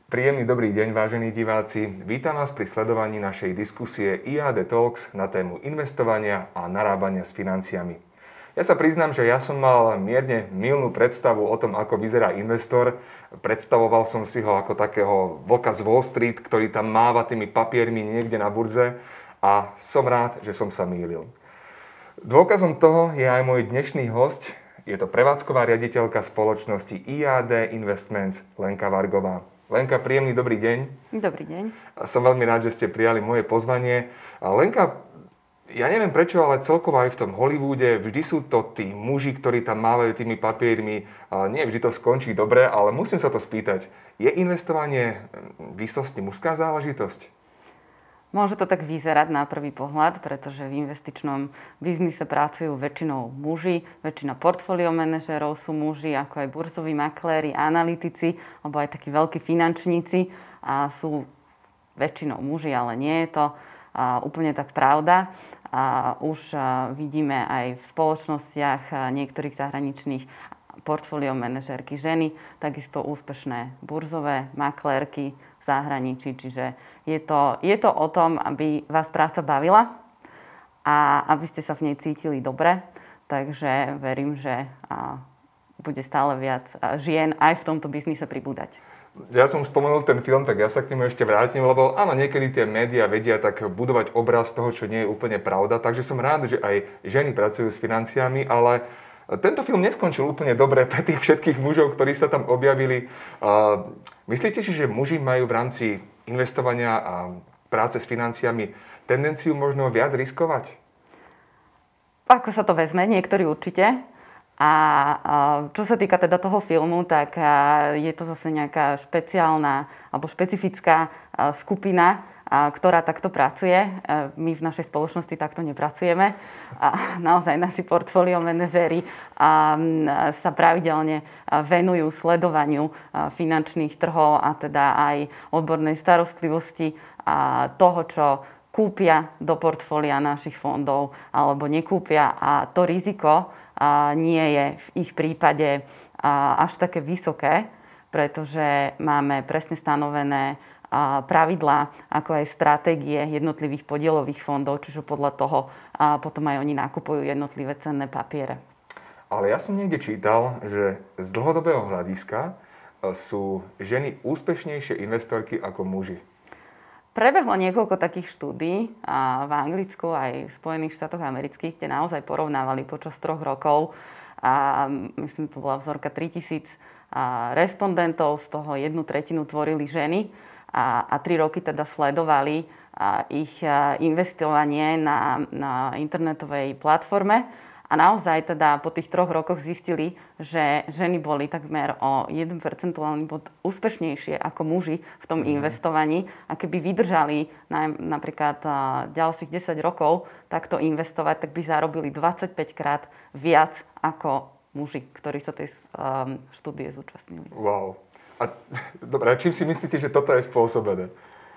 Príjemný dobrý deň, vážení diváci. Vítam vás pri sledovaní našej diskusie IAD Talks na tému investovania a narábania s financiami. Ja sa priznám, že ja som mal mierne mylnú predstavu o tom, ako vyzerá investor. Predstavoval som si ho ako takého vlka z Wall Street, ktorý tam máva tými papiermi niekde na burze a som rád, že som sa mýlil. Dôkazom toho je aj môj dnešný hosť. Je to prevádzková riaditeľka spoločnosti IAD Investments Lenka Vargová. Lenka, príjemný dobrý deň. Dobrý deň. Som veľmi rád, že ste prijali moje pozvanie. Lenka, ja neviem prečo, ale celkovo aj v tom Hollywoode vždy sú to tí muži, ktorí tam mávajú tými papiermi. Nie vždy to skončí dobre, ale musím sa to spýtať. Je investovanie výsostne mužská záležitosť? Môže to tak vyzerať na prvý pohľad, pretože v investičnom biznise pracujú väčšinou muži, väčšina portfólio manažérov sú muži, ako aj burzoví makléri, analytici, alebo aj takí veľkí finančníci a sú väčšinou muži, ale nie je to úplne tak pravda. Už vidíme aj v spoločnostiach niektorých zahraničných portfólio manažérky ženy, takisto úspešné burzové maklérky v zahraničí, čiže je to o tom, aby vás práca bavila a aby ste sa v nej cítili dobre. Takže verím, že bude stále viac žien aj v tomto biznise pribúdať. Ja som už spomenul ten film, tak ja sa k nemu ešte vrátim, lebo áno, niekedy tie médiá vedia tak budovať obraz toho, čo nie je úplne pravda. Takže som rád, že aj ženy pracujú s financiami, ale tento film neskončil úplne dobre pre tých všetkých mužov, ktorí sa tam objavili. Myslíte si, že muži majú v rámci investovania a práce s financiami tendenciu možno viac riskovať? Ako sa to vezme? Niektorí určite. A čo sa týka teda toho filmu, tak je to zase nejaká špeciálna alebo špecifická skupina, ktorá takto pracuje. My v našej spoločnosti takto nepracujeme. A naozaj naši portfólio manažéri sa pravidelne venujú sledovaniu finančných trhov a teda aj odbornej starostlivosti a toho, čo kúpia do portfólia našich fondov alebo nekúpia. A to riziko nie je v ich prípade až také vysoké, pretože máme presne stanovené pravidlá, ako aj stratégie jednotlivých podielových fondov, čiže podľa toho potom aj oni nakupujú jednotlivé cenné papiere. Ale ja som niekde čítal, že z dlhodobého hľadiska sú ženy úspešnejšie investorky ako muži. Prebehlo niekoľko takých štúdií v Anglicku aj v Spojených štátoch amerických, kde naozaj porovnávali počas 3 rokov a myslím, to bola vzorka 3000 respondentov, z toho 1/3 tvorili ženy a 3 roky teda sledovali ich investovanie na internetovej platforme. A naozaj teda po tých 3 rokoch zistili, že ženy boli takmer o 1 percentuálny bod úspešnejšie ako muži v tom investovaní. A keby vydržali napríklad ďalších 10 rokov takto investovať, tak by zarobili 25 krát viac ako muži, ktorí sa tej štúdie zúčastnili. Wow. Dobre, čím si myslíte, že toto je spôsobené?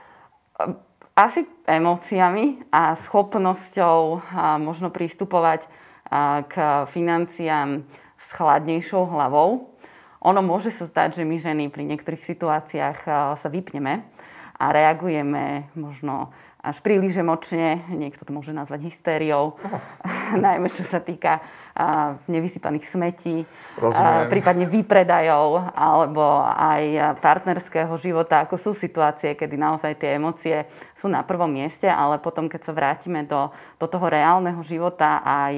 Asi emóciami a schopnosťou možno pristupovať k financiám s chladnejšou hlavou. Ono môže sa zdať, že my ženy pri niektorých situáciách sa vypneme a reagujeme možno až príliš emočne. Niekto to môže nazvať hystériou. Najmä čo sa týka nevysypaných smetí, prípadne výpredajov alebo aj partnerského života. Ako sú situácie, kedy naozaj tie emócie sú na prvom mieste, ale potom, keď sa vrátime do toho reálneho života a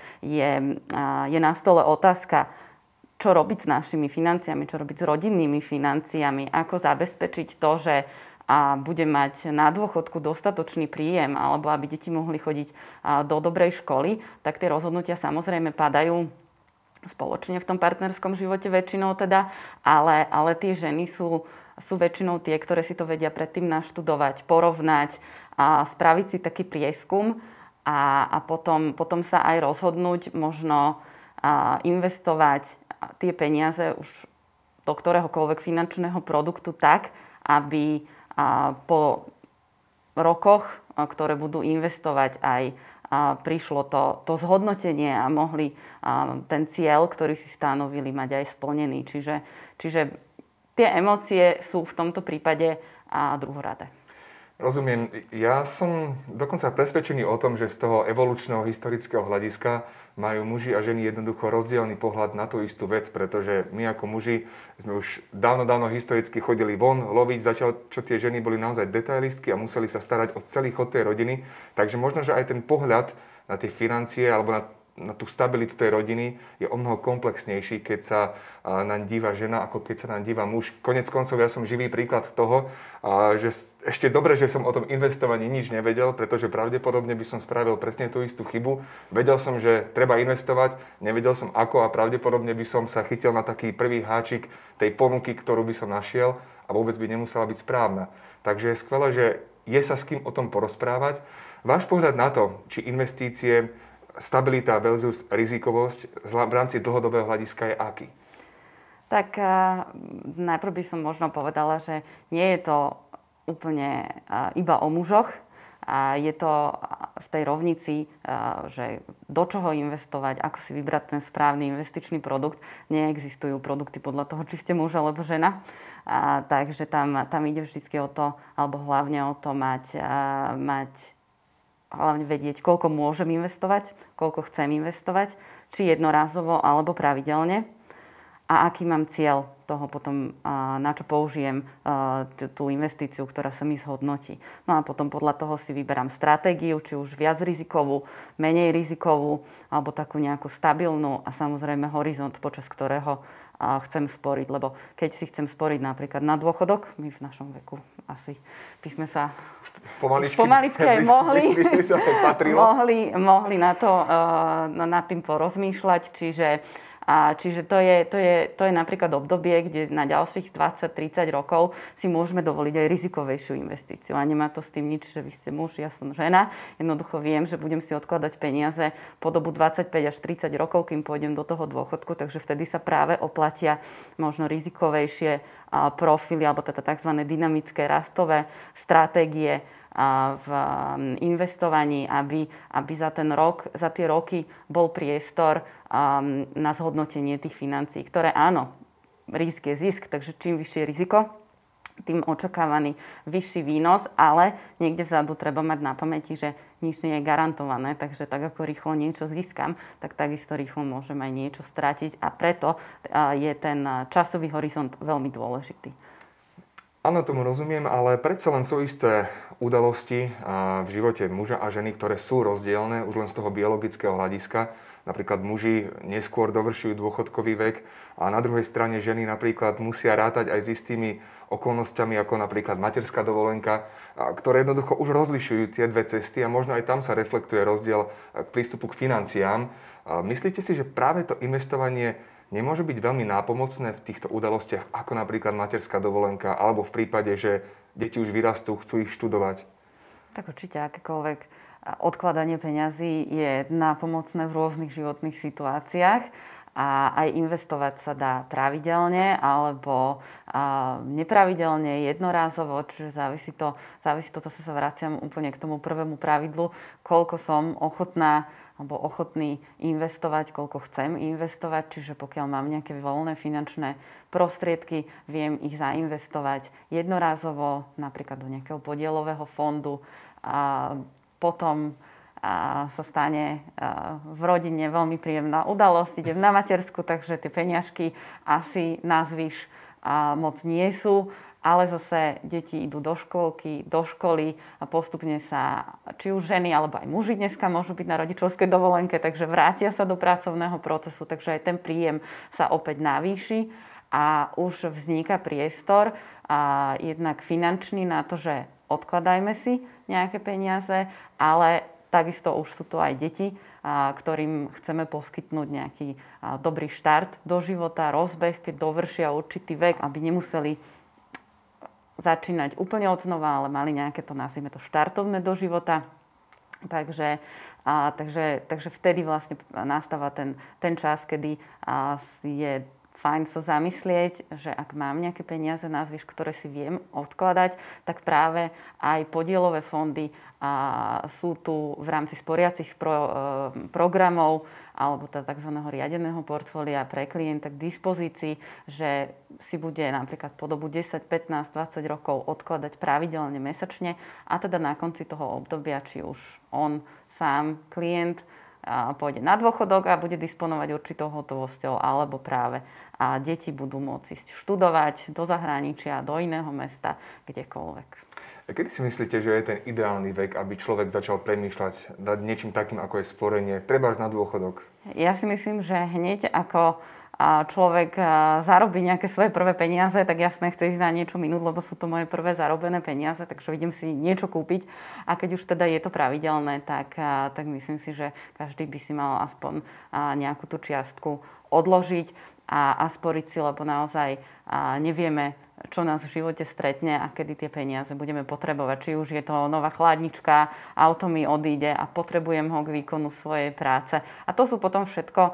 je na stole otázka, čo robiť s našimi financiami, čo robiť s rodinnými financiami, ako zabezpečiť to, že bude mať na dôchodku dostatočný príjem alebo aby deti mohli chodiť do dobrej školy, tak tie rozhodnutia samozrejme padajú spoločne v tom partnerskom živote väčšinou teda, ale tie ženy sú väčšinou tie, ktoré si to vedia predtým naštudovať, porovnať a spraviť si taký prieskum a potom sa aj rozhodnúť možno investovať tie peniaze už do ktoréhokoľvek finančného produktu tak, aby po rokoch, ktoré budú investovať, aj prišlo to zhodnotenie a mohli ten cieľ, ktorý si stanovili, mať aj splnený. Čiže tie emócie sú v tomto prípade druhoradé. Rozumiem. Ja som dokonca presvedčený o tom, že z toho evolučného historického hľadiska majú muži a ženy jednoducho rozdielny pohľad na tú istú vec, pretože my ako muži sme už dávno historicky chodili von loviť, zatiaľ čo tie ženy boli naozaj detailistky a museli sa starať o celý chod tej rodiny. Takže možno, že aj ten pohľad na tie financie alebo na tú stabilitu tej rodiny je omnoho komplexnejší, keď sa naň díva žena, ako keď sa naň díva muž. Konec koncov ja som živý príklad toho, že ešte dobre, že som o tom investovaní nič nevedel, pretože pravdepodobne by som spravil presne tú istú chybu. Vedel som, že treba investovať, nevedel som ako a pravdepodobne by som sa chytil na taký prvý háčik tej ponuky, ktorú by som našiel a vôbec by nemusela byť správna. Takže je skvelé, že je sa s kým o tom porozprávať. Váš pohľad na to, či investície, stabilita versus rizikovosť v rámci dlhodobého hľadiska je aký? Tak najprv by som možno povedala, že nie je to úplne iba o mužoch. Je to v tej rovnici, že do čoho investovať, ako si vybrať ten správny investičný produkt. Neexistujú produkty podľa toho, či ste muž alebo žena. Takže tam ide vždy o to, alebo hlavne o to hlavne vedieť, koľko môžem investovať, koľko chcem investovať, či jednorázovo alebo pravidelne a aký mám cieľ toho potom, na čo použijem tú investíciu, ktorá sa mi zhodnotí. No a potom podľa toho si vyberám stratégiu, či už viac rizikovú, menej rizikovú, alebo takú nejakú stabilnú a samozrejme horizont, počas ktorého chcem sporiť, lebo keď si chcem sporiť napríklad na dôchodok, my v našom veku asi by sme sa pomaličky aj mohli na to nad tým porozmýšľať, čiže to je napríklad obdobie, kde na ďalších 20-30 rokov si môžeme dovoliť aj rizikovejšiu investíciu. A nemá to s tým nič, že vy ste muž, ja som žena. Jednoducho viem, že budem si odkladať peniaze po dobu 25 až 30 rokov, kým pôjdem do toho dôchodku, takže vtedy sa práve oplatia možno rizikovejšie profily, alebo teda tzv. Dynamické rastové stratégie v investovaní, aby za tie roky bol priestor na zhodnotenie tých financií, ktoré áno, risk je zisk, takže čím vyššie riziko, tým očakávaný vyšší výnos, ale niekde vzadu treba mať na pamäti, že nič nie je garantované, takže tak ako rýchlo niečo získam, tak takisto rýchlo môžem aj niečo stratiť a preto je ten časový horizont veľmi dôležitý. Áno, tomu rozumiem, ale predsa len sú isté udalosti v živote muža a ženy, ktoré sú rozdielne už len z toho biologického hľadiska. Napríklad muži neskôr dovršujú dôchodkový vek a na druhej strane ženy napríklad musia rátať aj s istými okolnostiami, ako napríklad materská dovolenka, ktoré jednoducho už rozlišujú tie dve cesty a možno aj tam sa reflektuje rozdiel k prístupu k financiám. Myslíte si, že práve to investovanie nemôže byť veľmi nápomocné v týchto udalostiach, ako napríklad materská dovolenka, alebo v prípade, že deti už vyrastú, chcú ich študovať? Tak určite akékoľvek odkladanie peňazí je nápomocné v rôznych životných situáciách a aj investovať sa dá pravidelne alebo nepravidelne, jednorázovo, čiže závisí to, zase sa vraciam úplne k tomu prvému pravidlu, koľko som ochotná alebo ochotný investovať, koľko chcem investovať. Čiže pokiaľ mám nejaké voľné finančné prostriedky, viem ich zainvestovať jednorázovo, napríklad do nejakého podielového fondu. A potom sa stane v rodine veľmi príjemná udalosť. Idem na matersku, takže tie peňažky asi na zvyš moc nie sú. Ale zase deti idú do škôlky, do školy a postupne sa, či už ženy, alebo aj muži dneska môžu byť na rodičovskej dovolenke, takže vrátia sa do pracovného procesu, takže aj ten príjem sa opäť navýši a už vzniká priestor jednak finančný na to, že odkladajme si nejaké peniaze, ale takisto už sú to aj deti, ktorým chceme poskytnúť nejaký dobrý štart do života, rozbeh, keď dovršia určitý vek, aby nemuseli začínať úplne od znova, ale mali nejaké to, nazvime to, štartovné do života. Takže vtedy vlastne nastáva ten čas, kedy je fajn sa zamyslieť, že ak mám nejaké peniaze na zvyš, ktoré si viem odkladať, tak práve aj podielové fondy sú tu v rámci sporiacich programov alebo tzv. Riadeného portfólia pre klienta k dispozícii, že si bude napríklad po dobu 10, 15, 20 rokov odkladať pravidelne mesačne a teda na konci toho obdobia, či už on sám, klient, pôjde na dôchodok a bude disponovať určitou hotovosťou, alebo práve deti budú môcť ísť študovať do zahraničia, do iného mesta, kdekoľvek. Kedy si myslíte, že je ten ideálny vek, aby človek začal premýšľať nad niečím takým, ako je sporenie, trebárs na dôchodok? Ja si myslím, že hneď ako človek zarobí nejaké svoje prvé peniaze, tak jasné, chce ísť na niečo minúť, lebo sú to moje prvé zarobené peniaze, takže idem si niečo kúpiť. A keď už teda je to pravidelné, tak myslím si, že každý by si mal aspoň nejakú tú čiastku odložiť a sporiť si, lebo naozaj nevieme, čo nás v živote stretne a kedy tie peniaze budeme potrebovať. Či už je to nová chladnička, auto mi odíde a potrebujem ho k výkonu svojej práce. A to sú potom všetko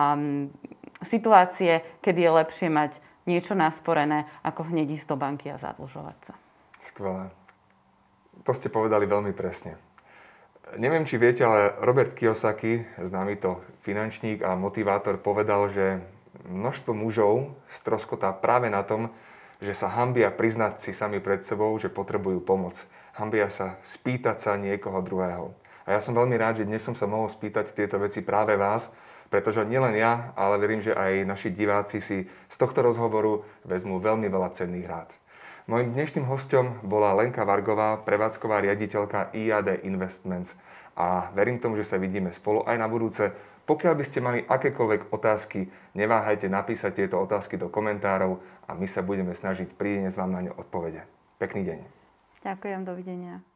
situácie, kedy je lepšie mať niečo nasporené, ako hneď ísť do banky a zadlžovať sa. Skvelé. To ste povedali veľmi presne. Neviem, či viete, ale Robert Kiyosaki, známy to finančník a motivátor, povedal, že množstvo mužov stroskotá práve na tom, že sa hanbia priznať si sami pred sebou, že potrebujú pomoc. Hanbia sa spýtať sa niekoho druhého. A ja som veľmi rád, že dnes som sa mohol spýtať tieto veci práve vás, pretože nielen ja, ale verím, že aj naši diváci si z tohto rozhovoru vezmú veľmi veľa cenných rád. Mojím dnešným hosťom bola Lenka Vargová, prevádzková riaditeľka IAD Investments. A verím tomu, že sa vidíme spolu aj na budúce. Pokiaľ by ste mali akékoľvek otázky, neváhajte napísať tieto otázky do komentárov a my sa budeme snažiť priniesť vám na ne odpovede. Pekný deň. Ďakujem, dovidenia.